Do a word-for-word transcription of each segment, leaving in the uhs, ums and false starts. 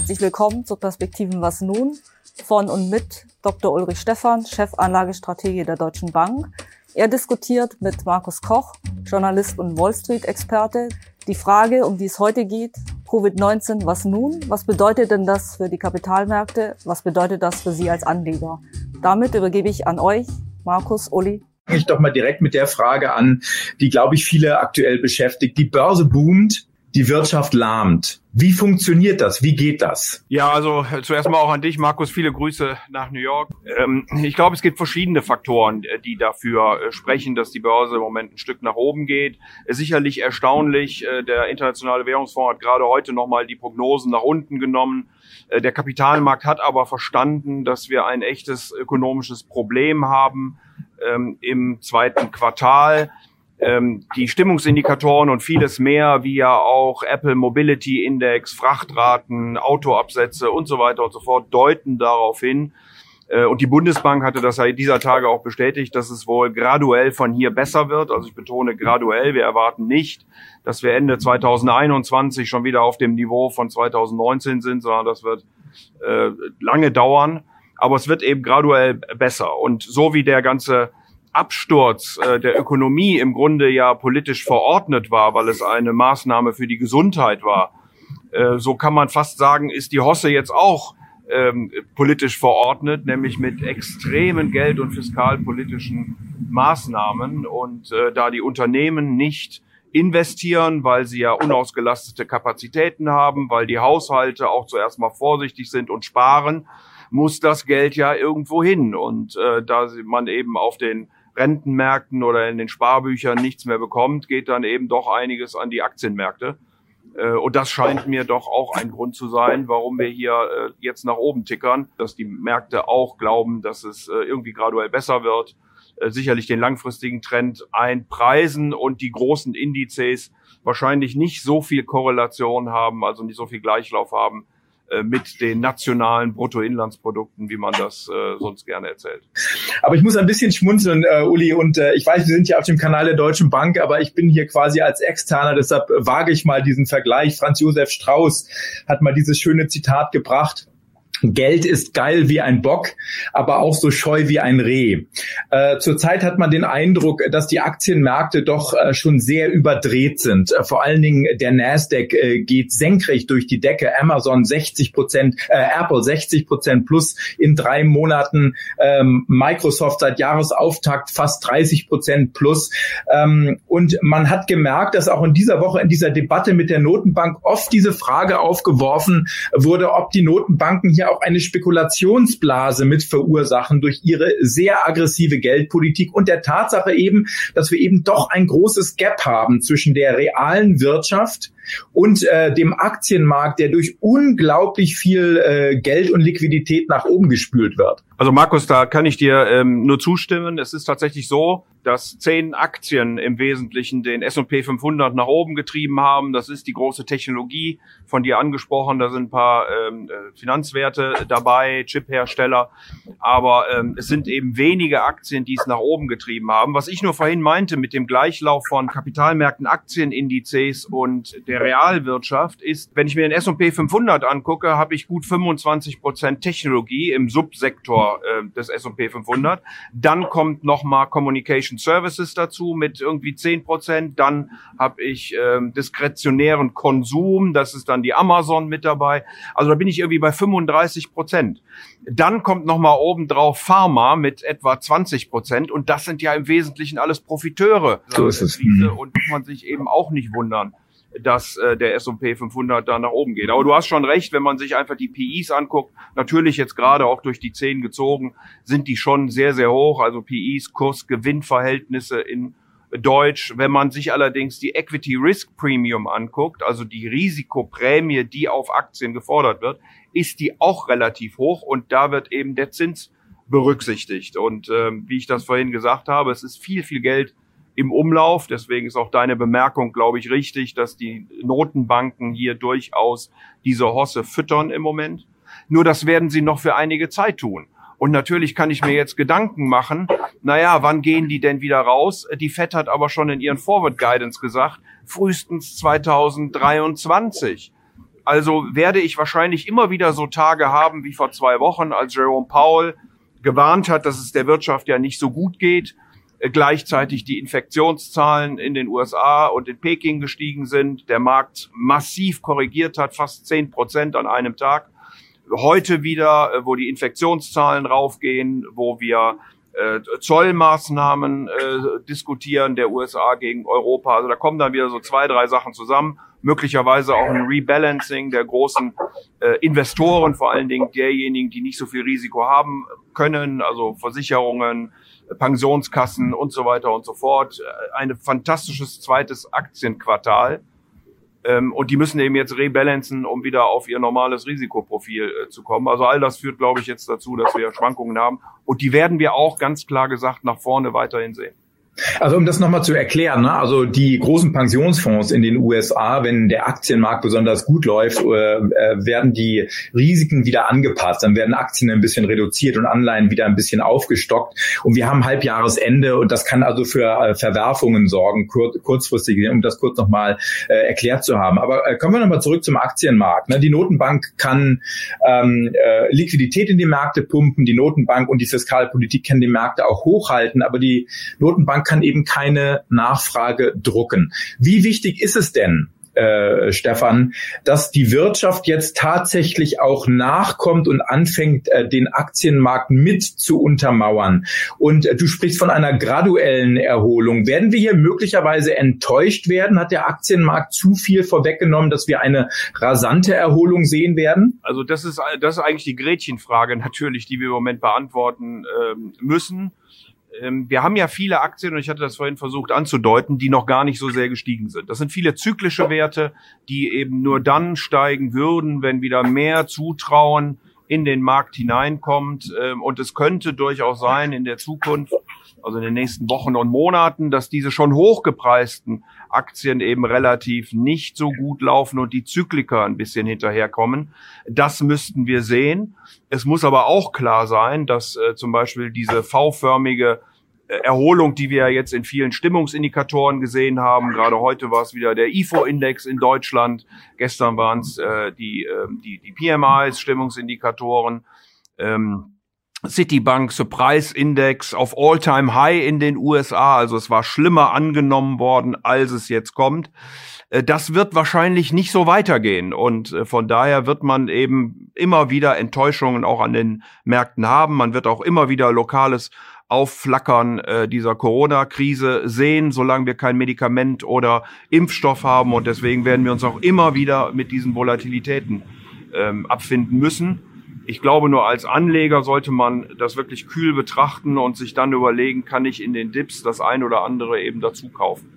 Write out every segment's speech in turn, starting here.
Herzlich willkommen zu Perspektiven Was nun? Von und mit Doktor Ulrich Stephan, Chefanlagestratege der Deutschen Bank. Er diskutiert mit Markus Koch, Journalist und Wall-Street-Experte, die Frage, um die es heute geht: Covid neunzehn, was nun? Was bedeutet denn das für die Kapitalmärkte? Was bedeutet das für Sie als Anleger? Damit übergebe ich an euch, Markus, Uli. Fange ich doch mal direkt mit der Frage an, die, glaube ich, viele aktuell beschäftigt. Die Börse boomt, die Wirtschaft lahmt. Wie funktioniert das? Wie geht das? Ja, also zuerst mal auch an dich, Markus. Viele Grüße nach New York. Ähm, ich glaube, es gibt verschiedene Faktoren, die dafür äh, sprechen, dass die Börse im Moment ein Stück nach oben geht. Äh, sicherlich erstaunlich, äh, der Internationale Währungsfonds hat gerade heute nochmal die Prognosen nach unten genommen. Äh, der Kapitalmarkt hat aber verstanden, dass wir ein echtes ökonomisches Problem haben ähm, im zweiten Quartal. Ähm, die Stimmungsindikatoren und vieles mehr, wie ja auch Apple Mobility Index, Frachtraten, Autoabsätze und so weiter und so fort, deuten darauf hin. Äh, und die Bundesbank hatte das ja dieser Tage auch bestätigt, dass es wohl graduell von hier besser wird. Also ich betone graduell. Wir erwarten nicht, dass wir Ende zweitausendeinundzwanzig schon wieder auf dem Niveau von zweitausendneunzehn sind, sondern das wird äh, lange dauern. Aber es wird eben graduell besser. Und so wie der ganze Absturz äh, der Ökonomie im Grunde ja politisch verordnet war, weil es eine Maßnahme für die Gesundheit war, äh, so kann man fast sagen, ist die Hosse jetzt auch ähm, politisch verordnet, nämlich mit extremen geld- und fiskalpolitischen Maßnahmen. Und äh, da die Unternehmen nicht investieren, weil sie ja unausgelastete Kapazitäten haben, weil die Haushalte auch zuerst mal vorsichtig sind und sparen, muss das Geld ja irgendwo hin. Und äh, da man eben auf den Rentenmärkten oder in den Sparbüchern nichts mehr bekommt, geht dann eben doch einiges an die Aktienmärkte. Äh, und das scheint mir doch auch ein Grund zu sein, warum wir hier äh, jetzt nach oben tickern, dass die Märkte auch glauben, dass es äh, irgendwie graduell besser wird, äh, sicherlich den langfristigen Trend einpreisen und die großen Indizes wahrscheinlich nicht so viel Korrelation haben, also nicht so viel Gleichlauf haben mit den nationalen Bruttoinlandsprodukten, wie man das äh, sonst gerne erzählt. Aber ich muss ein bisschen schmunzeln, äh, Uli, und äh, ich weiß, wir sind ja auf dem Kanal der Deutschen Bank, aber ich bin hier quasi als Externer, deshalb wage ich mal diesen Vergleich. Franz Josef Strauß hat mal dieses schöne Zitat gebracht: Geld ist geil wie ein Bock, aber auch so scheu wie ein Reh. Äh, zurzeit hat man den Eindruck, dass die Aktienmärkte doch äh, schon sehr überdreht sind. Äh, vor allen Dingen der Nasdaq äh, geht senkrecht durch die Decke. Amazon sechzig Prozent, äh, Apple sechzig Prozent plus in drei Monaten. Ähm, Microsoft seit Jahresauftakt fast dreißig Prozent plus. Ähm, und man hat gemerkt, dass auch in dieser Woche in dieser Debatte mit der Notenbank oft diese Frage aufgeworfen wurde, ob die Notenbanken hier auch eine Spekulationsblase mit verursachen durch ihre sehr aggressive Geldpolitik und der Tatsache eben, dass wir eben doch ein großes Gap haben zwischen der realen Wirtschaft und äh, dem Aktienmarkt, der durch unglaublich viel äh, Geld und Liquidität nach oben gespült wird. Also Markus, da kann ich dir ähm, nur zustimmen. Es ist tatsächlich so, dass zehn Aktien im Wesentlichen den S und P fünfhundert nach oben getrieben haben. Das ist die große Technologie, von dir angesprochen. Da sind ein paar ähm, Finanzwerte dabei, Chiphersteller. Aber ähm, es sind eben wenige Aktien, die es nach oben getrieben haben. Was ich nur vorhin meinte mit dem Gleichlauf von Kapitalmärkten, Aktienindizes und der Realwirtschaft ist, wenn ich mir den S und P fünfhundert angucke, habe ich gut fünfundzwanzig Prozent Technologie im Subsektor äh, des S und P fünfhundert. Dann kommt nochmal Communication Services dazu mit irgendwie zehn Prozent. Dann habe ich ähm, diskretionären Konsum, das ist dann die Amazon mit dabei. Also da bin ich irgendwie bei fünfunddreißig Prozent. Dann kommt nochmal obendrauf Pharma mit etwa zwanzig Prozent und das sind ja im Wesentlichen alles Profiteure. So ist es. Und muss man sich eben auch nicht wundern, dass äh, der S und P fünfhundert da nach oben geht. Aber du hast schon recht, wenn man sich einfach die P Es anguckt, natürlich jetzt gerade auch durch die zehn gezogen, sind die schon sehr, sehr hoch. Also P Es, Kurs-Gewinn-Verhältnisse in Deutsch. Wenn man sich allerdings die Equity Risk Premium anguckt, also die Risikoprämie, die auf Aktien gefordert wird, ist die auch relativ hoch und da wird eben der Zins berücksichtigt. Und ähm, wie ich das vorhin gesagt habe, es ist viel, viel Geld im Umlauf. Deswegen ist auch deine Bemerkung, glaube ich, richtig, dass die Notenbanken hier durchaus diese Hosse füttern im Moment. Nur das werden sie noch für einige Zeit tun. Und natürlich kann ich mir jetzt Gedanken machen, naja, wann gehen die denn wieder raus? Die Fed hat aber schon in ihren Forward Guidance gesagt, frühestens zweitausenddreiundzwanzig. Also werde ich wahrscheinlich immer wieder so Tage haben wie vor zwei Wochen, als Jerome Powell gewarnt hat, dass es der Wirtschaft ja nicht so gut geht, äh, gleichzeitig die Infektionszahlen in den U S A und in Peking gestiegen sind, der Markt massiv korrigiert hat, fast zehn Prozent an einem Tag. Heute wieder, äh, wo die Infektionszahlen raufgehen, wo wir äh, Zollmaßnahmen äh, diskutieren der U S A gegen Europa. Also da kommen dann wieder so zwei, drei Sachen zusammen. Möglicherweise auch ein Rebalancing der großen äh, Investoren, vor allen Dingen derjenigen, die nicht so viel Risiko haben können, also Versicherungen, Pensionskassen und so weiter und so fort. Ein fantastisches zweites Aktienquartal. Ähm, und die müssen eben jetzt rebalancen, um wieder auf ihr normales Risikoprofil äh, zu kommen. Also all das führt, glaube ich, jetzt dazu, dass wir Schwankungen haben. Und die werden wir auch ganz klar gesagt nach vorne weiterhin sehen. Also um das nochmal zu erklären, ne? Also die großen Pensionsfonds in den U S A, wenn der Aktienmarkt besonders gut läuft, äh, werden die Risiken wieder angepasst. Dann werden Aktien ein bisschen reduziert und Anleihen wieder ein bisschen aufgestockt. Und wir haben Halbjahresende und das kann also für äh, Verwerfungen sorgen, kur kurzfristig, um das kurz nochmal äh, erklärt zu haben. Aber äh, kommen wir nochmal zurück zum Aktienmarkt. Ne? Die Notenbank kann ähm, äh, Liquidität in die Märkte pumpen. Die Notenbank und die Fiskalpolitik können die Märkte auch hochhalten. Aber die Notenbank kann eben keine Nachfrage drucken. Wie wichtig ist es denn, äh, Stefan, dass die Wirtschaft jetzt tatsächlich auch nachkommt und anfängt, äh, den Aktienmarkt mit zu untermauern? Und äh, du sprichst von einer graduellen Erholung. Werden wir hier möglicherweise enttäuscht werden? Hat der Aktienmarkt zu viel vorweggenommen, dass wir eine rasante Erholung sehen werden? Also das ist, das ist eigentlich die Gretchenfrage natürlich, die wir im Moment beantworten ähm, müssen. Wir haben ja viele Aktien, und ich hatte das vorhin versucht anzudeuten, die noch gar nicht so sehr gestiegen sind. Das sind viele zyklische Werte, die eben nur dann steigen würden, wenn wieder mehr Zutrauen in den Markt hineinkommt. Und es könnte durchaus sein in der Zukunft, also in den nächsten Wochen und Monaten, dass diese schon hochgepreisten Aktien eben relativ nicht so gut laufen und die Zykliker ein bisschen hinterherkommen. Das müssten wir sehen. Es muss aber auch klar sein, dass äh, zum Beispiel diese V-förmige äh, Erholung, die wir jetzt in vielen Stimmungsindikatoren gesehen haben, gerade heute war es wieder der I F O-Index in Deutschland, gestern waren es äh, die, äh, die, die P M Is, Stimmungsindikatoren, ähm, Citibank Surprise Index auf All-Time High in den U S A, also es war schlimmer angenommen worden, als es jetzt kommt. Das wird wahrscheinlich nicht so weitergehen und von daher wird man eben immer wieder Enttäuschungen auch an den Märkten haben. Man wird auch immer wieder lokales Aufflackern äh, dieser Corona-Krise sehen, solange wir kein Medikament oder Impfstoff haben, und deswegen werden wir uns auch immer wieder mit diesen Volatilitäten ähm, abfinden müssen. Ich glaube, nur als Anleger sollte man das wirklich kühl betrachten und sich dann überlegen, kann ich in den Dips das ein oder andere eben dazu kaufen.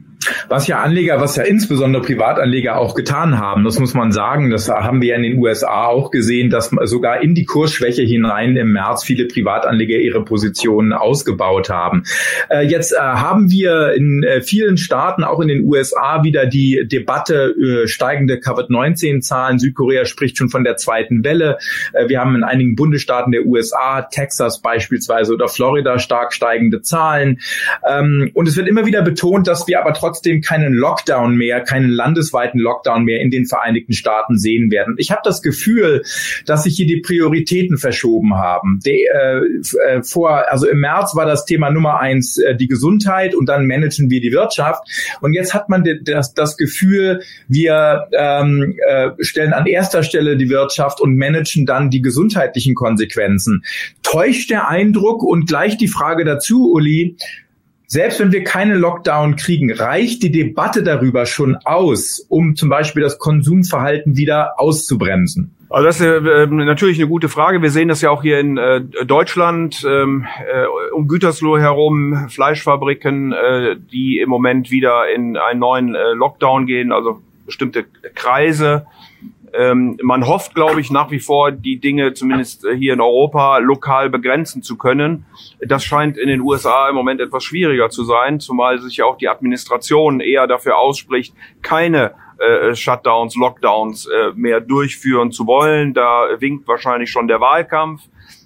Was ja Anleger, was ja insbesondere Privatanleger auch getan haben, das muss man sagen, das haben wir ja in den U S A auch gesehen, dass sogar in die Kursschwäche hinein im März viele Privatanleger ihre Positionen ausgebaut haben. Äh, jetzt äh, haben wir in äh, vielen Staaten, auch in den U S A, wieder die Debatte äh, steigende Covid neunzehn Zahlen. Südkorea spricht schon von der zweiten Welle. Äh, wir haben in einigen Bundesstaaten der U S A, Texas beispielsweise oder Florida, stark steigende Zahlen. Ähm, und es wird immer wieder betont, dass wir aber trotzdem trotzdem keinen Lockdown mehr, keinen landesweiten Lockdown mehr in den Vereinigten Staaten sehen werden. Ich habe das Gefühl, dass sich hier die Prioritäten verschoben haben. Die, äh, vor, also im März war das Thema Nummer eins äh, die Gesundheit und dann managen wir die Wirtschaft. Und jetzt hat man das, das Gefühl, wir ähm, äh, stellen an erster Stelle die Wirtschaft und managen dann die gesundheitlichen Konsequenzen. Täuscht der Eindruck? Und gleich die Frage dazu, Uli, selbst wenn wir keinen Lockdown kriegen, reicht die Debatte darüber schon aus, um zum Beispiel das Konsumverhalten wieder auszubremsen? Also das ist äh, natürlich eine gute Frage. Wir sehen das ja auch hier in äh, Deutschland, ähm, äh, um Gütersloh herum, Fleischfabriken, äh, die im Moment wieder in einen neuen äh, Lockdown gehen, also bestimmte Kreise. Ähm, man hofft, glaube ich, nach wie vor, die Dinge zumindest hier in Europa lokal begrenzen zu können. Das scheint in den U S A im Moment etwas schwieriger zu sein, zumal sich ja auch die Administration eher dafür ausspricht, keine äh, Shutdowns, Lockdowns äh, mehr durchführen zu wollen. Da winkt wahrscheinlich schon der Wahlkampf.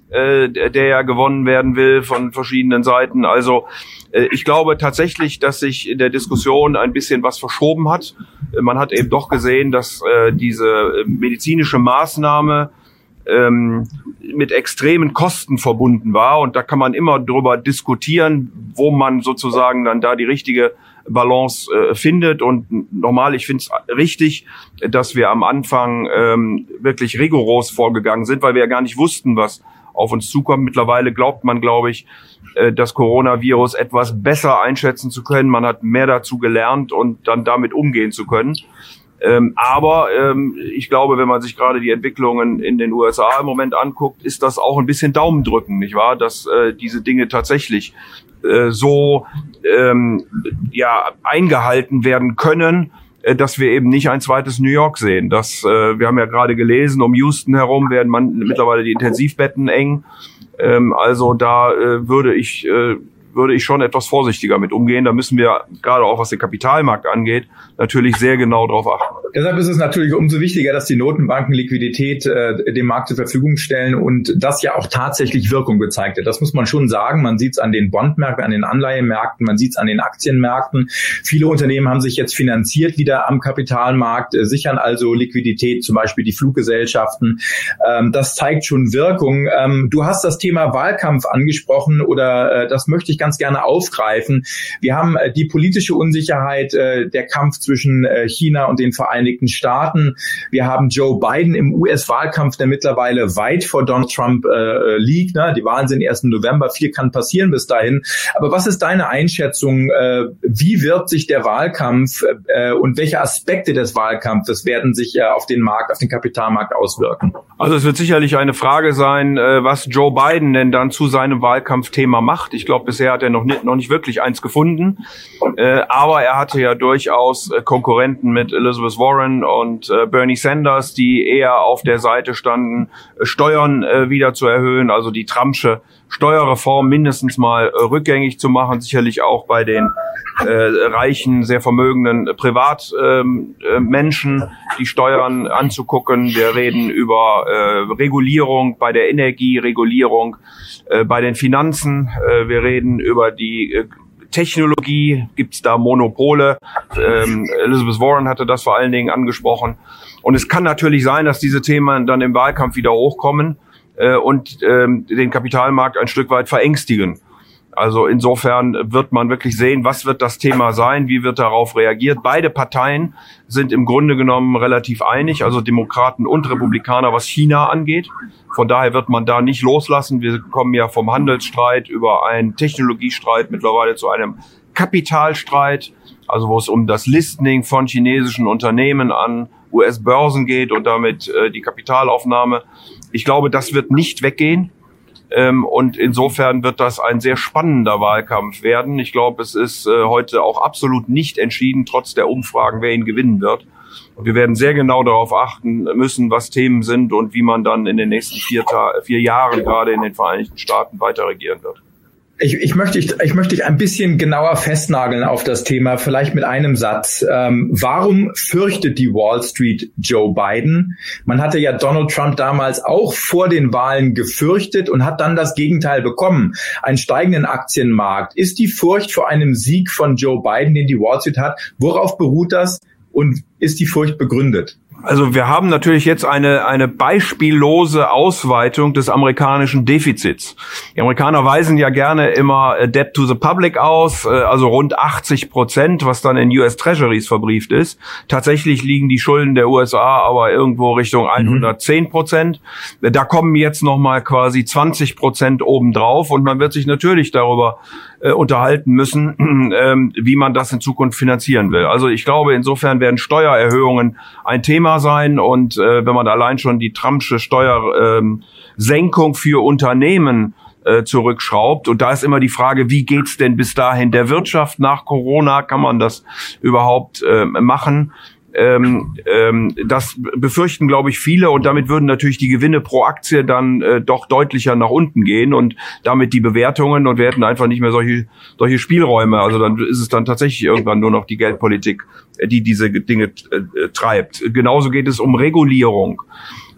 äh, der ja gewonnen werden will von verschiedenen Seiten. Also äh, ich glaube tatsächlich, dass sich in der Diskussion ein bisschen was verschoben hat. Äh, man hat eben doch gesehen, dass äh, diese medizinische Maßnahme ähm, mit extremen Kosten verbunden war. Und da kann man immer drüber diskutieren, wo man sozusagen dann da die richtige Balance äh, findet. Und normal, ich finde es richtig, dass wir am Anfang ähm, wirklich rigoros vorgegangen sind, weil wir ja gar nicht wussten, was auf uns zukommt. Mittlerweile glaubt man, glaube ich, äh, das Coronavirus etwas besser einschätzen zu können. Man hat mehr dazu gelernt und dann damit umgehen zu können. Ähm, aber ähm, ich glaube, wenn man sich gerade die Entwicklungen in den U S A im Moment anguckt, ist das auch ein bisschen Daumendrücken, nicht wahr? Dass äh, diese Dinge tatsächlich äh, so ähm, ja eingehalten werden können, äh, dass wir eben nicht ein zweites New York sehen. Das, äh, wir haben ja gerade gelesen, um Houston herum werden man mittlerweile die Intensivbetten eng. Ähm, also da äh, würde ich äh, würde ich schon etwas vorsichtiger mit umgehen. Da müssen wir, gerade auch was den Kapitalmarkt angeht, natürlich sehr genau drauf achten. Deshalb ist es natürlich umso wichtiger, dass die Notenbanken Liquidität äh, dem Markt zur Verfügung stellen und das ja auch tatsächlich Wirkung gezeigt hat. Das muss man schon sagen. Man sieht es an den Bondmärkten, an den Anleihemärkten, man sieht es an den Aktienmärkten. Viele Unternehmen haben sich jetzt finanziert wieder am Kapitalmarkt, äh, sichern also Liquidität, zum Beispiel die Fluggesellschaften. Ähm, das zeigt schon Wirkung. Ähm, du hast das Thema Wahlkampf angesprochen oder äh, das möchte ich ganz gerne aufgreifen. Wir haben äh, die politische Unsicherheit, äh, der Kampf zwischen äh, China und den Vereinigten Staaten. Wir haben Joe Biden im U S-Wahlkampf, der mittlerweile weit vor Donald Trump äh, liegt. Ne? Die Wahlen sind erst im November. Viel kann passieren bis dahin. Aber was ist deine Einschätzung? Äh, wie wird sich der Wahlkampf äh, und welche Aspekte des Wahlkampfes werden sich äh, auf den Markt, auf den Kapitalmarkt auswirken? Also es wird sicherlich eine Frage sein, äh, was Joe Biden denn dann zu seinem Wahlkampfthema macht. Ich glaube, bisher hat er noch nicht, noch nicht wirklich eins gefunden. Äh, aber er hatte ja durchaus äh, Konkurrenten mit Elizabeth Warren und äh, Bernie Sanders, die eher auf der Seite standen, äh, Steuern äh, wieder zu erhöhen, also die Trumpsche Steuerreform mindestens mal äh, rückgängig zu machen, sicherlich auch bei den äh, reichen, sehr vermögenden Privatmenschen, äh, die Steuern anzugucken. Wir reden über äh, Regulierung bei der Energieregulierung, äh, bei den Finanzen. Äh, wir reden über die äh, Technologie, gibt's da Monopole. Ähm, Elizabeth Warren hatte das vor allen Dingen angesprochen. Und es kann natürlich sein, dass diese Themen dann im Wahlkampf wieder hochkommen äh, und ähm, den Kapitalmarkt ein Stück weit verängstigen. Also insofern wird man wirklich sehen, was wird das Thema sein, wie wird darauf reagiert. Beide Parteien sind im Grunde genommen relativ einig, also Demokraten und Republikaner, was China angeht. Von daher wird man da nicht loslassen. Wir kommen ja vom Handelsstreit über einen Technologiestreit mittlerweile zu einem Kapitalstreit, also wo es um das Listing von chinesischen Unternehmen an U S-Börsen geht und damit äh, die Kapitalaufnahme. Ich glaube, das wird nicht weggehen. Ähm, und insofern wird das ein sehr spannender Wahlkampf werden. Ich glaube, es ist äh, heute auch absolut nicht entschieden, trotz der Umfragen, wer ihn gewinnen wird. Und wir werden sehr genau darauf achten müssen, was Themen sind und wie man dann in den nächsten vier, Ta- vier Jahren gerade in den Vereinigten Staaten weiter regieren wird. Ich, ich möchte ich, ich möchte dich ein bisschen genauer festnageln auf das Thema, vielleicht mit einem Satz. Ähm, warum fürchtet die Wall Street Joe Biden? Man hatte ja Donald Trump damals auch vor den Wahlen gefürchtet und hat dann das Gegenteil bekommen. Einen steigenden Aktienmarkt. Ist die Furcht vor einem Sieg von Joe Biden, den die Wall Street hat, worauf beruht das und ist die Furcht begründet? Also wir haben natürlich jetzt eine eine beispiellose Ausweitung des amerikanischen Defizits. Die Amerikaner weisen ja gerne immer Debt to the Public aus, also rund achtzig Prozent, was dann in U S Treasuries verbrieft ist. Tatsächlich liegen die Schulden der U S A aber irgendwo Richtung hundertzehn Prozent. Da kommen jetzt nochmal quasi zwanzig Prozent obendrauf und man wird sich natürlich darüber äh, unterhalten müssen, äh, wie man das in Zukunft finanzieren will. Also ich glaube, insofern werden Steuererhöhungen ein Thema sein und äh, wenn man allein schon die Trumpsche Steuersenkung ähm, für Unternehmen äh, zurückschraubt und da ist immer die Frage, wie geht's denn bis dahin der Wirtschaft nach Corona? Kann man das überhaupt äh, machen? Ähm, ähm, das befürchten, glaube ich, viele und damit würden natürlich die Gewinne pro Aktie dann äh, doch deutlicher nach unten gehen und damit die Bewertungen und wir hätten einfach nicht mehr solche solche Spielräume. Also dann ist es dann tatsächlich irgendwann nur noch die Geldpolitik, die diese Dinge äh, treibt. Genauso geht es um Regulierung.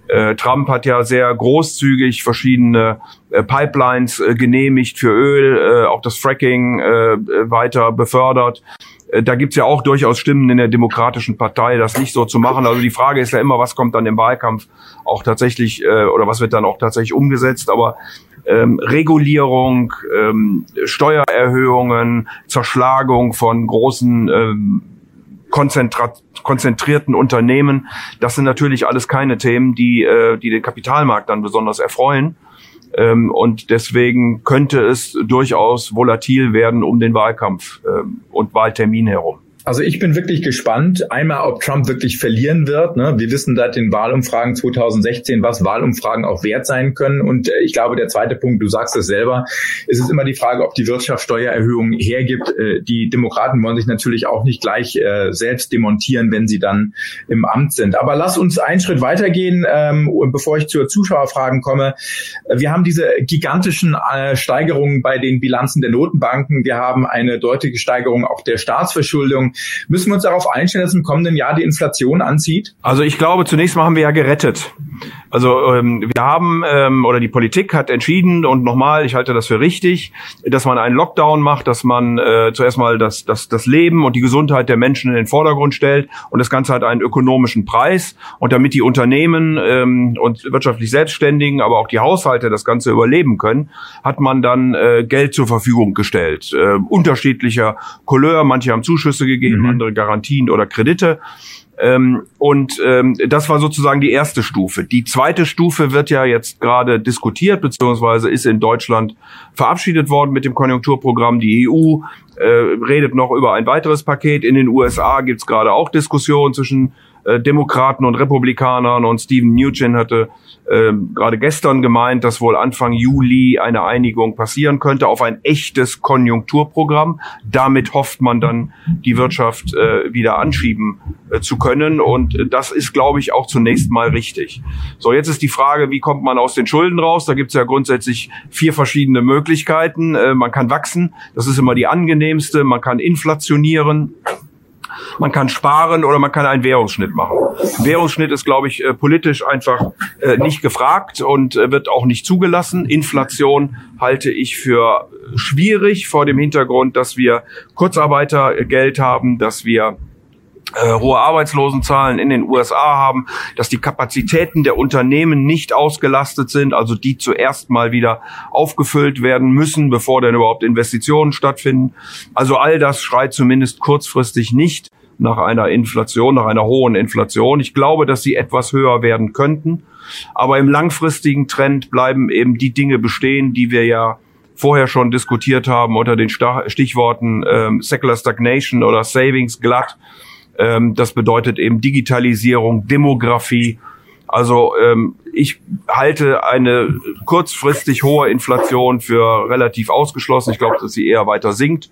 Äh, Trump hat ja sehr großzügig verschiedene äh, Pipelines äh, genehmigt für Öl, äh, auch das Fracking äh, weiter befördert. Äh, da gibt's ja auch durchaus Stimmen in der Demokratischen Partei, das nicht so zu machen. Also die Frage ist ja immer, was kommt dann im Wahlkampf auch tatsächlich äh, oder was wird dann auch tatsächlich umgesetzt. Aber ähm, Regulierung, ähm, Steuererhöhungen, Zerschlagung von großen ähm, konzentrat- konzentrierten Unternehmen, das sind natürlich alles keine Themen, die äh, die den Kapitalmarkt dann besonders erfreuen. Ähm, und deswegen könnte es durchaus volatil werden um den Wahlkampf ähm, und Wahltermin herum. Also ich bin wirklich gespannt, einmal, ob Trump wirklich verlieren wird. Ne? Wir wissen seit den Wahlumfragen zweitausendsechzehn, was Wahlumfragen auch wert sein können. Und ich glaube, der zweite Punkt, du sagst es selber, es ist immer die Frage, ob die Wirtschaft Steuererhöhungen hergibt. Die Demokraten wollen sich natürlich auch nicht gleich selbst demontieren, wenn sie dann im Amt sind. Aber lass uns einen Schritt weitergehen, bevor ich zur Zuschauerfragen komme. Wir haben diese gigantischen Steigerungen bei den Bilanzen der Notenbanken. Wir haben eine deutliche Steigerung auch der Staatsverschuldung. Müssen wir uns darauf einstellen, dass im kommenden Jahr die Inflation anzieht? Also ich glaube, zunächst mal haben wir ja gerettet. Also ähm, wir haben, ähm, oder die Politik hat entschieden, und nochmal, ich halte das für richtig, dass man einen Lockdown macht, dass man äh, zuerst mal das, das, das Leben und die Gesundheit der Menschen in den Vordergrund stellt, und das Ganze hat einen ökonomischen Preis. Und damit die Unternehmen ähm, und wirtschaftlich Selbstständigen, aber auch die Haushalte das Ganze überleben können, hat man dann äh, Geld zur Verfügung gestellt. Äh, unterschiedlicher Couleur, manche haben Zuschüsse gegeben, mhm. andere Garantien oder Kredite. Ähm, und ähm, das war sozusagen die erste Stufe. Die zweite Stufe wird ja jetzt gerade diskutiert, beziehungsweise ist in Deutschland verabschiedet worden mit dem Konjunkturprogramm. Die E U äh, redet noch über ein weiteres Paket. In den U S A gibt es gerade auch Diskussionen zwischen äh, Demokraten und Republikanern, und Steven Mnuchin hatte äh, gerade gestern gemeint, dass wohl Anfang Juli eine Einigung passieren könnte auf ein echtes Konjunkturprogramm. Damit hofft man dann, die Wirtschaft äh, wieder anschieben äh, zu können, und äh, das ist, glaube ich, auch zunächst mal richtig. So, jetzt ist die Frage, wie kommt man aus den Schulden raus? Da gibt es ja grundsätzlich vier verschiedene Möglichkeiten. Äh, man kann wachsen, das ist immer die angenehmste, man kann inflationieren, man kann sparen oder man kann einen Währungsschnitt machen. Währungsschnitt ist, glaube ich, politisch einfach äh, nicht gefragt und äh, wird auch nicht zugelassen. Inflation halte ich für schwierig vor dem Hintergrund, dass wir Kurzarbeitergeld haben, dass wir Äh, hohe Arbeitslosenzahlen in den U S A haben, dass die Kapazitäten der Unternehmen nicht ausgelastet sind, also die zuerst mal wieder aufgefüllt werden müssen, bevor dann überhaupt Investitionen stattfinden. Also all das schreit zumindest kurzfristig nicht nach einer Inflation, nach einer hohen Inflation. Ich glaube, dass sie etwas höher werden könnten, aber im langfristigen Trend bleiben eben die Dinge bestehen, die wir ja vorher schon diskutiert haben unter den Stichworten ähm, Secular Stagnation oder Savings Glut. Das bedeutet eben Digitalisierung, Demografie. Also ähm, ich halte eine kurzfristig hohe Inflation für relativ ausgeschlossen. Ich glaube, dass sie eher weiter sinkt.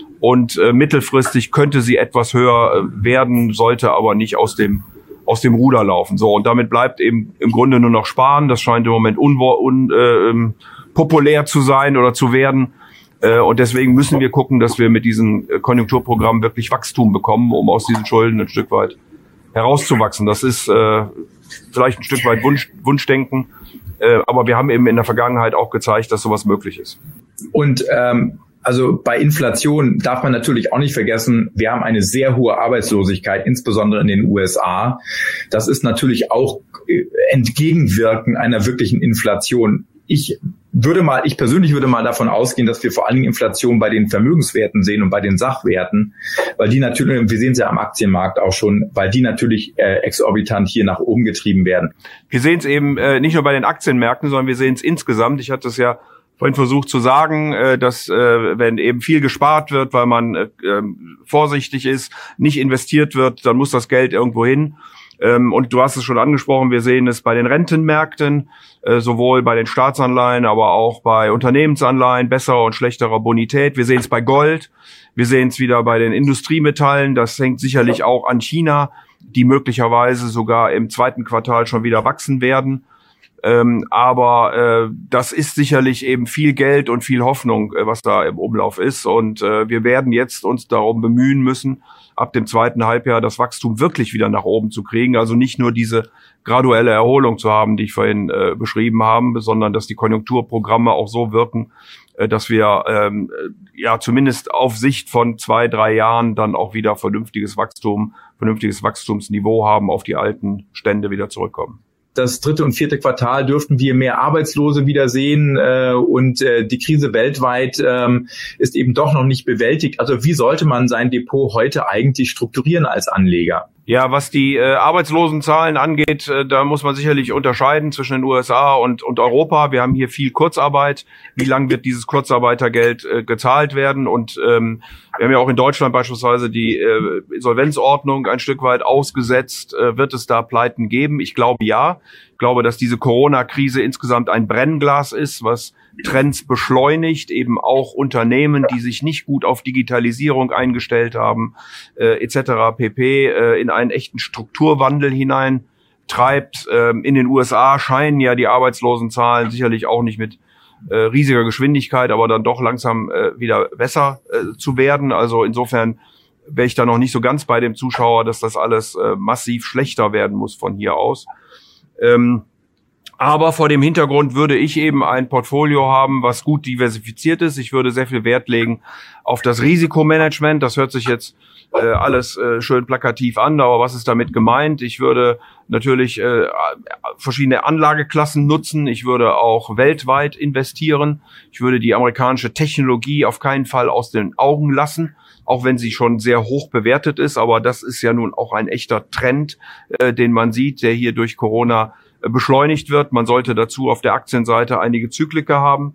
Und äh, mittelfristig könnte sie etwas höher werden, sollte aber nicht aus dem aus dem Ruder laufen. So, und damit bleibt eben im Grunde nur noch Sparen. Das scheint im Moment unpopulär un, äh, populär zu sein oder zu werden. Und deswegen müssen wir gucken, dass wir mit diesem Konjunkturprogramm wirklich Wachstum bekommen, um aus diesen Schulden ein Stück weit herauszuwachsen. Das ist äh, vielleicht ein Stück weit Wunsch, Wunschdenken, äh, aber wir haben eben in der Vergangenheit auch gezeigt, dass sowas möglich ist. Und ähm, also bei Inflation darf man natürlich auch nicht vergessen, wir haben eine sehr hohe Arbeitslosigkeit, insbesondere in den U S A. Das ist natürlich auch entgegenwirken einer wirklichen Inflation. Ich würde mal, ich persönlich würde mal davon ausgehen, dass wir vor allen Dingen Inflation bei den Vermögenswerten sehen und bei den Sachwerten, weil die natürlich, wir sehen es ja am Aktienmarkt auch schon, weil die natürlich äh, exorbitant hier nach oben getrieben werden. Wir sehen es eben äh, nicht nur bei den Aktienmärkten, sondern wir sehen es insgesamt. Ich hatte es ja vorhin versucht zu sagen, äh, dass äh, wenn eben viel gespart wird, weil man äh, vorsichtig ist, nicht investiert wird, dann muss das Geld irgendwo hin. Und du hast es schon angesprochen, wir sehen es bei den Rentenmärkten, sowohl bei den Staatsanleihen, aber auch bei Unternehmensanleihen, besserer und schlechterer Bonität. Wir sehen es bei Gold, wir sehen es wieder bei den Industriemetallen. Das hängt sicherlich auch an China, die möglicherweise sogar im zweiten Quartal schon wieder wachsen werden. Ähm, aber äh, das ist sicherlich eben viel Geld und viel Hoffnung, äh, was da im Umlauf ist. Und äh, wir werden jetzt uns darum bemühen müssen, ab dem zweiten Halbjahr das Wachstum wirklich wieder nach oben zu kriegen. Also nicht nur diese graduelle Erholung zu haben, die ich vorhin äh, beschrieben habe, sondern dass die Konjunkturprogramme auch so wirken, äh, dass wir ähm, ja zumindest auf Sicht von zwei, drei Jahren dann auch wieder vernünftiges Wachstum, vernünftiges Wachstumsniveau haben, auf die alten Stände wieder zurückkommen. Das dritte und vierte Quartal dürften wir mehr Arbeitslose wieder sehen äh, und äh, die Krise weltweit ähm, ist eben doch noch nicht bewältigt. Also wie sollte man sein Depot heute eigentlich strukturieren als Anleger? Ja, was die äh, Arbeitslosenzahlen angeht, äh, da muss man sicherlich unterscheiden zwischen den U S A und, und Europa. Wir haben hier viel Kurzarbeit. Wie lang wird dieses Kurzarbeitergeld äh, gezahlt werden? Und ähm, wir haben ja auch in Deutschland beispielsweise die äh, Insolvenzordnung ein Stück weit ausgesetzt. Äh, wird es da Pleiten geben? Ich glaube ja. Ich glaube, dass diese Corona-Krise insgesamt ein Brennglas ist, was Trends beschleunigt, eben auch Unternehmen, die sich nicht gut auf Digitalisierung eingestellt haben, äh, et cetera pp. Äh, in einen echten Strukturwandel hinein treibt. Ähm, in den U S A scheinen ja die Arbeitslosenzahlen sicherlich auch nicht mit äh, riesiger Geschwindigkeit, aber dann doch langsam äh, wieder besser äh, zu werden. Also insofern wäre ich da noch nicht so ganz bei dem Zuschauer, dass das alles äh, massiv schlechter werden muss von hier aus. Ähm, aber vor dem Hintergrund würde ich eben ein Portfolio haben, was gut diversifiziert ist. Ich würde sehr viel Wert legen auf das Risikomanagement. Das hört sich jetzt äh, alles äh, schön plakativ an, aber was ist damit gemeint? Ich würde natürlich äh, verschiedene Anlageklassen nutzen. Ich würde auch weltweit investieren. Ich würde die amerikanische Technologie auf keinen Fall aus den Augen lassen, auch wenn sie schon sehr hoch bewertet ist. Aber das ist ja nun auch ein echter Trend, äh, den man sieht, der hier durch Corona äh, beschleunigt wird. Man sollte dazu auf der Aktienseite einige Zyklika haben,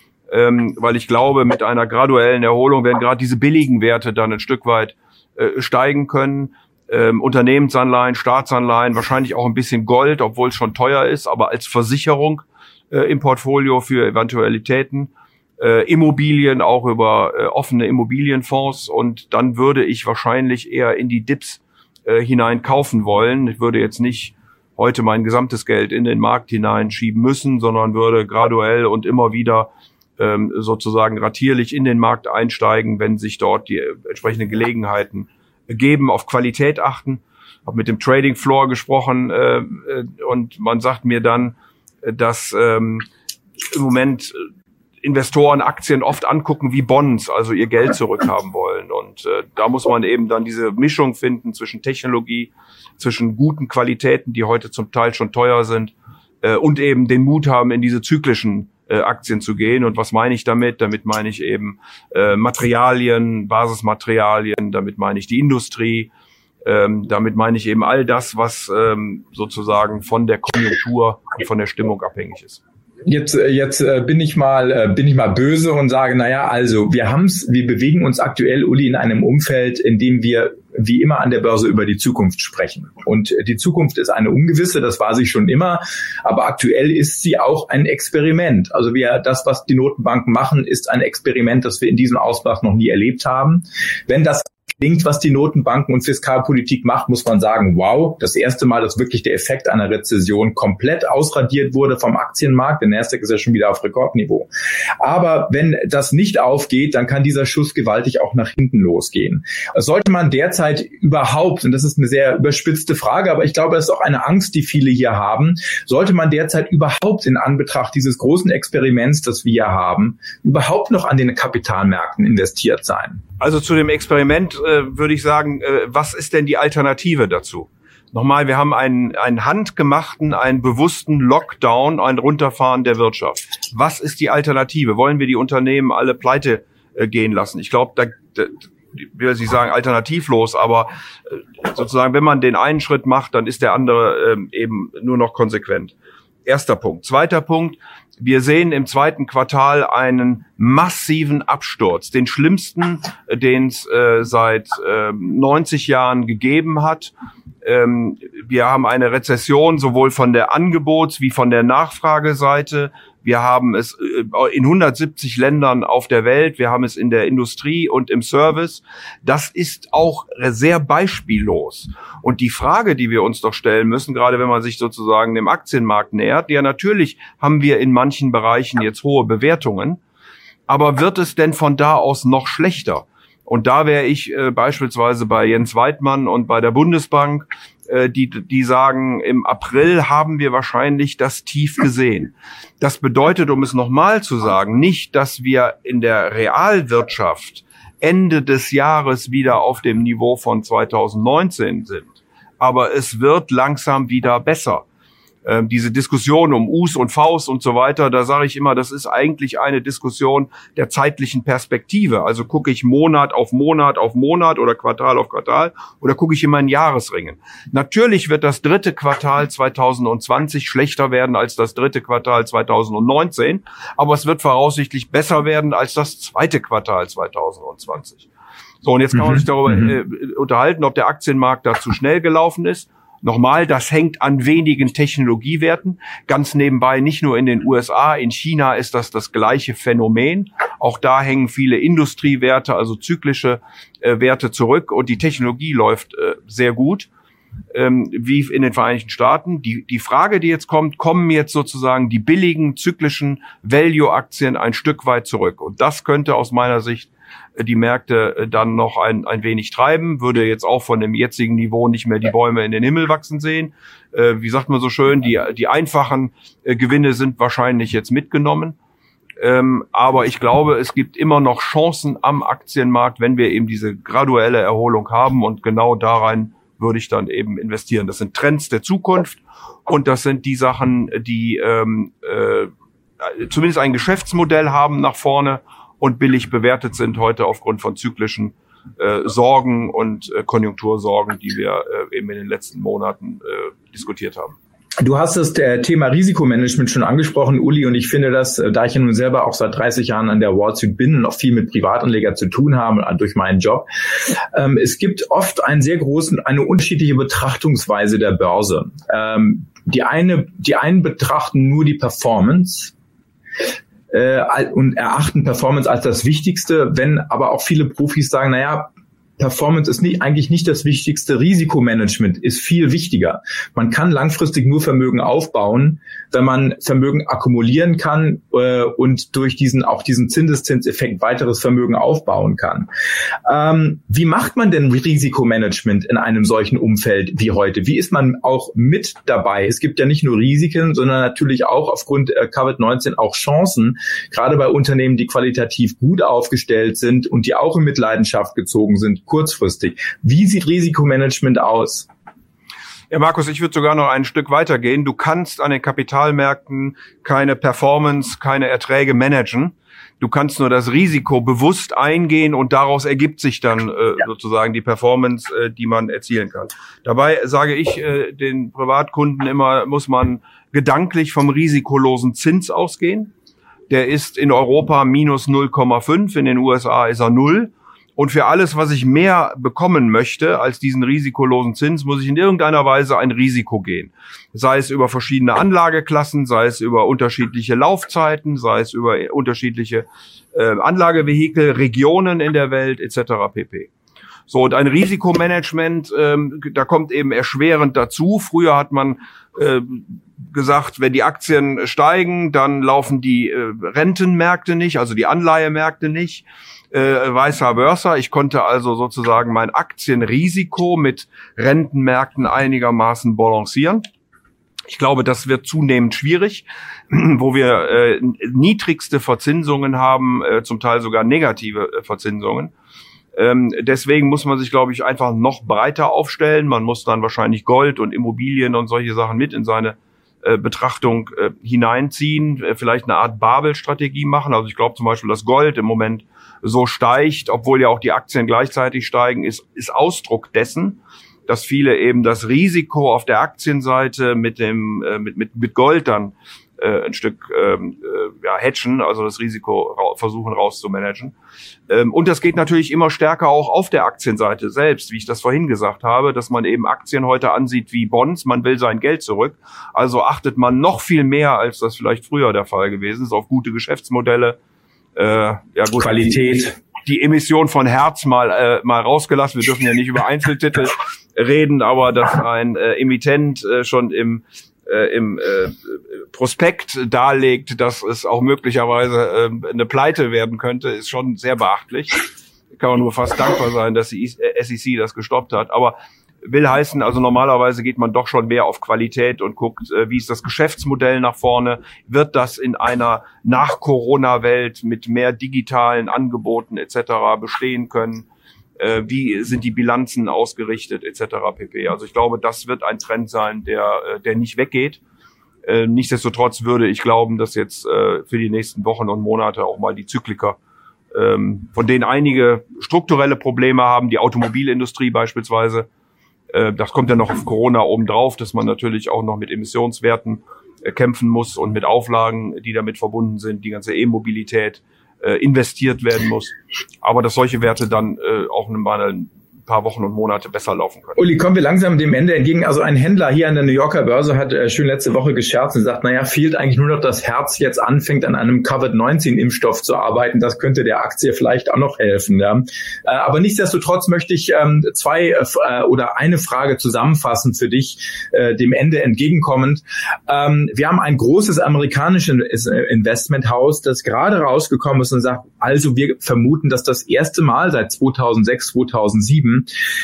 ähm, weil ich glaube, mit einer graduellen Erholung werden gerade diese billigen Werte dann ein Stück weit äh, steigen können. Ähm, Unternehmensanleihen, Staatsanleihen, wahrscheinlich auch ein bisschen Gold, obwohl es schon teuer ist, aber als Versicherung äh, im Portfolio für Eventualitäten. Äh, Immobilien, auch über äh, offene Immobilienfonds, und dann würde ich wahrscheinlich eher in die Dips äh, hinein kaufen wollen. Ich würde jetzt nicht heute mein gesamtes Geld in den Markt hineinschieben müssen, sondern würde graduell und immer wieder ähm, sozusagen ratierlich in den Markt einsteigen, wenn sich dort die äh, entsprechenden Gelegenheiten geben, auf Qualität achten. Ich habe mit dem Trading Floor gesprochen äh, äh, und man sagt mir dann, äh, dass ähm, im Moment Investoren Aktien oft angucken wie Bonds, also ihr Geld zurückhaben wollen. Und äh, da muss man eben dann diese Mischung finden zwischen Technologie, zwischen guten Qualitäten, die heute zum Teil schon teuer sind, äh, und eben den Mut haben, in diese zyklischen äh, Aktien zu gehen. Und was meine ich damit? Damit meine ich eben äh, Materialien, Basismaterialien, damit meine ich die Industrie, ähm, damit meine ich eben all das, was ähm, sozusagen von der Konjunktur und von der Stimmung abhängig ist. Jetzt, jetzt bin ich mal, bin ich mal böse und sage, naja, also wir haben's, wir bewegen uns aktuell, Uli, in einem Umfeld, in dem wir wie immer an der Börse über die Zukunft sprechen. Und die Zukunft ist eine ungewisse, das war sie schon immer, aber aktuell ist sie auch ein Experiment. Also wir, das, was die Notenbanken machen, ist ein Experiment, das wir in diesem Ausmaß noch nie erlebt haben. Wenn das klingt, was die Notenbanken und Fiskalpolitik macht, muss man sagen, wow, das erste Mal, dass wirklich der Effekt einer Rezession komplett ausradiert wurde vom Aktienmarkt. Der Nasdaq ist ja schon wieder auf Rekordniveau. Aber wenn das nicht aufgeht, dann kann dieser Schuss gewaltig auch nach hinten losgehen. Sollte man derzeit überhaupt, und das ist eine sehr überspitzte Frage, aber ich glaube, das ist auch eine Angst, die viele hier haben, sollte man derzeit überhaupt in Anbetracht dieses großen Experiments, das wir haben, überhaupt noch an den Kapitalmärkten investiert sein? Also zu dem Experiment äh, würde ich sagen, äh, was ist denn die Alternative dazu? Nochmal, wir haben einen, einen handgemachten, einen bewussten Lockdown, ein Runterfahren der Wirtschaft. Was ist die Alternative? Wollen wir die Unternehmen alle pleite äh, gehen lassen? Ich glaube, da, da will ich sagen alternativlos, aber äh, sozusagen, wenn man den einen Schritt macht, dann ist der andere äh, eben nur noch konsequent. Erster Punkt. Zweiter Punkt. Wir sehen im zweiten Quartal einen massiven Absturz, den schlimmsten, den es äh, seit äh, neunzig Jahren gegeben hat. Ähm, wir haben eine Rezession sowohl von der Angebots- wie von der Nachfrageseite. Wir haben es in hundertsiebzig Ländern auf der Welt. Wir haben es in der Industrie und im Service. Das ist auch sehr beispiellos. Und die Frage, die wir uns doch stellen müssen, gerade wenn man sich sozusagen dem Aktienmarkt nähert, ja, natürlich haben wir in manchen Bereichen jetzt hohe Bewertungen. Aber wird es denn von da aus noch schlechter? Und da wäre ich äh, beispielsweise bei Jens Weidmann und bei der Bundesbank, äh, die die sagen, im April haben wir wahrscheinlich das Tief gesehen. Das bedeutet, um es nochmal zu sagen, nicht, dass wir in der Realwirtschaft Ende des Jahres wieder auf dem Niveau von zweitausendneunzehn sind. Aber es wird langsam wieder besser. Ähm, diese Diskussion um Us und Vs und so weiter, da sage ich immer, das ist eigentlich eine Diskussion der zeitlichen Perspektive. Also gucke ich Monat auf Monat auf Monat oder Quartal auf Quartal oder gucke ich immer in Jahresringen. Natürlich wird das dritte Quartal zweitausendzwanzig schlechter werden als das dritte Quartal zweitausendneunzehn, aber es wird voraussichtlich besser werden als das zweite Quartal zweitausendzwanzig. So, und jetzt kann man sich darüber äh, unterhalten, ob der Aktienmarkt da zu schnell gelaufen ist. Nochmal, das hängt an wenigen Technologiewerten. Ganz nebenbei, nicht nur in den U S A, in China ist das das gleiche Phänomen. Auch da hängen viele Industriewerte, also zyklische äh, Werte zurück und die Technologie läuft äh, sehr gut, ähm, wie in den Vereinigten Staaten. Die, die Frage, die jetzt kommt, kommen jetzt sozusagen die billigen, zyklischen Value-Aktien ein Stück weit zurück. Und das könnte aus meiner Sicht die Märkte dann noch ein, ein wenig treiben, würde jetzt auch von dem jetzigen Niveau nicht mehr die Bäume in den Himmel wachsen sehen. Äh, wie sagt man so schön, die, die einfachen äh, Gewinne sind wahrscheinlich jetzt mitgenommen. Ähm, aber ich glaube, es gibt immer noch Chancen am Aktienmarkt, wenn wir eben diese graduelle Erholung haben, und genau darein würde ich dann eben investieren. Das sind Trends der Zukunft und das sind die Sachen, die ähm, äh, zumindest ein Geschäftsmodell haben nach vorne und billig bewertet sind heute aufgrund von zyklischen äh, Sorgen und äh, Konjunktursorgen, die wir äh, eben in den letzten Monaten äh, diskutiert haben. Du hast das äh, Thema Risikomanagement schon angesprochen, Uli, und ich finde das, äh, da ich ja nun selber auch seit dreißig Jahren an der Wall Street bin und auch viel mit Privatanlegern zu tun habe äh, durch meinen Job, ähm, es gibt oft einen sehr großen, eine unterschiedliche Betrachtungsweise der Börse. Ähm, die eine, die einen betrachten nur die Performance und erachten Performance als das Wichtigste, wenn aber auch viele Profis sagen, naja, Performance ist nicht, eigentlich nicht das Wichtigste. Risikomanagement ist viel wichtiger. Man kann langfristig nur Vermögen aufbauen, wenn man Vermögen akkumulieren kann äh, und durch diesen auch diesen Zinseszinseffekt weiteres Vermögen aufbauen kann. Ähm, wie macht man denn Risikomanagement in einem solchen Umfeld wie heute? Wie ist man auch mit dabei? Es gibt ja nicht nur Risiken, sondern natürlich auch aufgrund äh, Covid neunzehn auch Chancen, gerade bei Unternehmen, die qualitativ gut aufgestellt sind und die auch in Mitleidenschaft gezogen sind, kurzfristig. Wie sieht Risikomanagement aus? Ja, Markus, ich würde sogar noch ein Stück weitergehen. Du kannst an den Kapitalmärkten keine Performance, keine Erträge managen. Du kannst nur das Risiko bewusst eingehen und daraus ergibt sich dann äh, ja. sozusagen die Performance, äh, die man erzielen kann. Dabei sage ich äh, den Privatkunden immer, muss man gedanklich vom risikolosen Zins ausgehen. Der ist in Europa minus null Komma fünf, in den U S A ist er null. Und für alles, was ich mehr bekommen möchte als diesen risikolosen Zins, muss ich in irgendeiner Weise ein Risiko gehen. Sei es über verschiedene Anlageklassen, sei es über unterschiedliche Laufzeiten, sei es über unterschiedliche äh, Anlagevehikel, Regionen in der Welt et cetera pp. So, und ein Risikomanagement, ähm, da kommt eben erschwerend dazu. Früher hat man äh, gesagt, wenn die Aktien steigen, dann laufen die äh, Rentenmärkte nicht, also die Anleihemärkte nicht. Äh, vice versa. Ich konnte also sozusagen mein Aktienrisiko mit Rentenmärkten einigermaßen balancieren. Ich glaube, das wird zunehmend schwierig, wo wir äh, niedrigste Verzinsungen haben, äh, zum Teil sogar negative äh, Verzinsungen. Ähm, deswegen muss man sich, glaube ich, einfach noch breiter aufstellen. Man muss dann wahrscheinlich Gold und Immobilien und solche Sachen mit in seine äh, Betrachtung äh, hineinziehen, äh, vielleicht eine Art Babel-Strategie machen. Also ich glaube zum Beispiel, dass Gold im Moment so steigt, obwohl ja auch die Aktien gleichzeitig steigen, ist, ist Ausdruck dessen, dass viele eben das Risiko auf der Aktienseite mit dem äh, mit, mit mit Gold dann äh, ein Stück ähm, äh, ja, hedgen, also das Risiko ra- versuchen rauszumanagen. Ähm, und das geht natürlich immer stärker auch auf der Aktienseite selbst, wie ich das vorhin gesagt habe, dass man eben Aktien heute ansieht wie Bonds, man will sein Geld zurück. Also achtet man noch viel mehr, als das vielleicht früher der Fall gewesen ist, auf gute Geschäftsmodelle, äh, ja gut, Qualität. Die, die Emission von Hertz mal äh, mal rausgelassen. Wir dürfen ja nicht über Einzeltitel reden, aber dass ein äh, Emittent äh, schon im äh, im äh, Prospekt darlegt, dass es auch möglicherweise äh, eine Pleite werden könnte, ist schon sehr beachtlich. Kann man nur fast dankbar sein, dass die S E C das gestoppt hat. Aber will heißen, also normalerweise geht man doch schon mehr auf Qualität und guckt, äh, wie ist das Geschäftsmodell nach vorne? Wird das in einer Nach-Corona-Welt mit mehr digitalen Angeboten et cetera bestehen können? Äh, wie sind die Bilanzen ausgerichtet et cetera pp. Also ich glaube, das wird ein Trend sein, der äh, der nicht weggeht. Äh, nichtsdestotrotz würde ich glauben, dass jetzt äh, für die nächsten Wochen und Monate auch mal die Zykliker, ähm, von denen einige strukturelle Probleme haben, die Automobilindustrie beispielsweise, äh, das kommt ja noch auf Corona obendrauf, dass man natürlich auch noch mit Emissionswerten äh, kämpfen muss und mit Auflagen, die damit verbunden sind, die ganze E-Mobilität äh, investiert werden muss. Aber dass solche Werte dann äh, auch mal ein paar Wochen und Monate besser laufen können. Uli, kommen wir langsam dem Ende entgegen. Also ein Händler hier an der New Yorker Börse hat äh, schön letzte Woche gescherzt und sagt, naja, fehlt eigentlich nur noch, dass Hertz jetzt anfängt, an einem Covid neunzehn Impfstoff zu arbeiten. Das könnte der Aktie vielleicht auch noch helfen. Ja. Äh, aber nichtsdestotrotz möchte ich ähm, zwei äh, oder eine Frage zusammenfassen für dich, äh, dem Ende entgegenkommend. Ähm, wir haben ein großes amerikanisches Investmenthaus, das gerade rausgekommen ist und sagt, also wir vermuten, dass das erste Mal seit zweitausendsechs, zweitausendsieben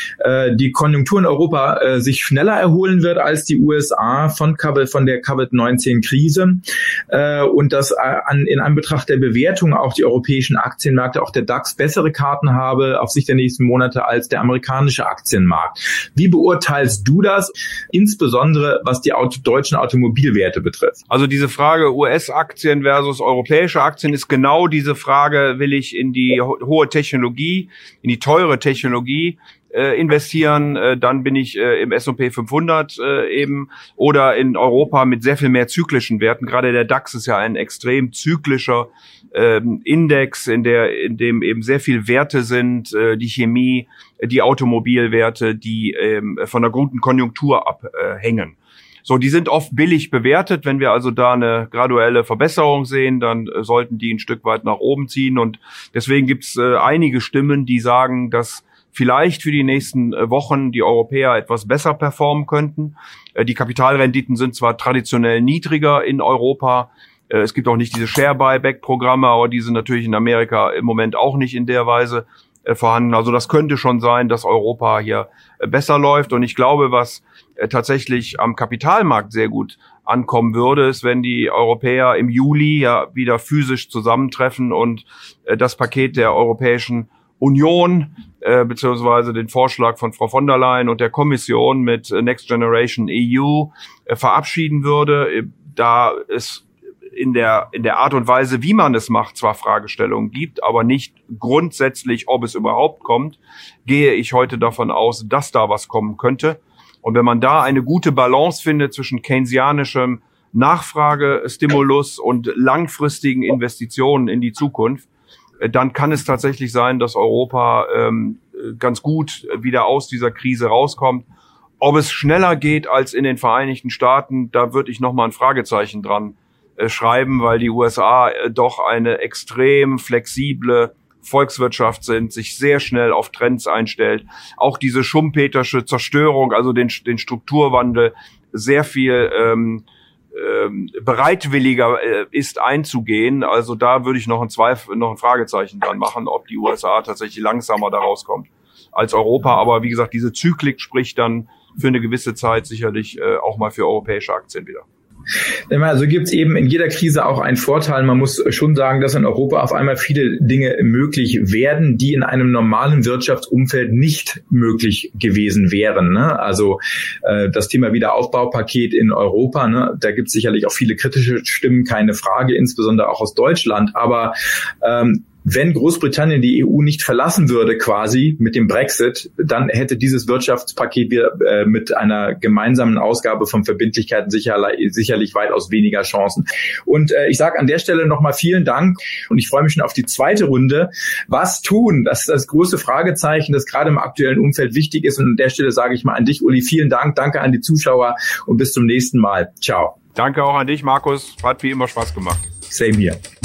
die Konjunktur in Europa äh, sich schneller erholen wird als die U S A von, von der Covid neunzehn Krise äh, und dass äh, an, in Anbetracht der Bewertung auch die europäischen Aktienmärkte, auch der DAX, bessere Karten habe auf Sicht der nächsten Monate als der amerikanische Aktienmarkt. Wie beurteilst du das, insbesondere was die Auto, deutschen Automobilwerte betrifft? Also diese Frage U S-Aktien versus europäische Aktien ist genau diese Frage, will ich in die ho- hohe Technologie, in die teure Technologie Äh, investieren, äh, dann bin ich äh, im S und P fünfhundert äh, eben oder in Europa mit sehr viel mehr zyklischen Werten. Gerade der DAX ist ja ein extrem zyklischer ähm, Index, in der in dem eben sehr viel Werte sind, äh, die Chemie, die Automobilwerte, die ähm, von einer guten Konjunktur abhängen. So, die sind oft billig bewertet. Wenn wir also da eine graduelle Verbesserung sehen, dann äh, sollten die ein Stück weit nach oben ziehen. Und deswegen gibt's äh, einige Stimmen, die sagen, dass vielleicht für die nächsten Wochen die Europäer etwas besser performen könnten. Die Kapitalrenditen sind zwar traditionell niedriger in Europa. Es gibt auch nicht diese Share-Buyback-Programme, aber die sind natürlich in Amerika im Moment auch nicht in der Weise vorhanden. Also das könnte schon sein, dass Europa hier besser läuft. Und ich glaube, was tatsächlich am Kapitalmarkt sehr gut ankommen würde, ist, wenn die Europäer im Juli ja wieder physisch zusammentreffen und das Paket der Europäischen Union äh, beziehungsweise den Vorschlag von Frau von der Leyen und der Kommission mit Next Generation E U äh, verabschieden würde, da es in der in der Art und Weise, wie man es macht, zwar Fragestellungen gibt, aber nicht grundsätzlich, ob es überhaupt kommt, gehe ich heute davon aus, dass da was kommen könnte. Und wenn man da eine gute Balance findet zwischen keynesianischem Nachfragestimulus und langfristigen Investitionen in die Zukunft, dann kann es tatsächlich sein, dass Europa ähm, ganz gut wieder aus dieser Krise rauskommt. Ob es schneller geht als in den Vereinigten Staaten, da würde ich nochmal ein Fragezeichen dran äh, schreiben, weil die U S A äh, doch eine extrem flexible Volkswirtschaft sind, sich sehr schnell auf Trends einstellt. Auch diese schumpetersche Zerstörung, also den, den Strukturwandel, sehr viel ähm, bereitwilliger ist einzugehen. Also da würde ich noch ein Zweifel, noch ein Fragezeichen dran machen, ob die U S A tatsächlich langsamer da rauskommt als Europa. Aber wie gesagt, diese Zyklik spricht dann für eine gewisse Zeit sicherlich auch mal für europäische Aktien wieder. Also gibt es eben in jeder Krise auch einen Vorteil. Man muss schon sagen, dass in Europa auf einmal viele Dinge möglich werden, die in einem normalen Wirtschaftsumfeld nicht möglich gewesen wären. Ne? Also äh, das Thema Wiederaufbaupaket in Europa, ne? Da gibt es sicherlich auch viele kritische Stimmen, keine Frage, insbesondere auch aus Deutschland. Aber ähm, wenn Großbritannien die E U nicht verlassen würde quasi mit dem Brexit, dann hätte dieses Wirtschaftspaket wieder, äh, mit einer gemeinsamen Ausgabe von Verbindlichkeiten sicherlich, sicherlich weitaus weniger Chancen. Und äh, ich sage an der Stelle nochmal vielen Dank und ich freue mich schon auf die zweite Runde. Was tun? Das ist das große Fragezeichen, das gerade im aktuellen Umfeld wichtig ist. Und an der Stelle sage ich mal an dich, Uli, vielen Dank. Danke an die Zuschauer und bis zum nächsten Mal. Ciao. Danke auch an dich, Markus. Hat wie immer Spaß gemacht. Same here.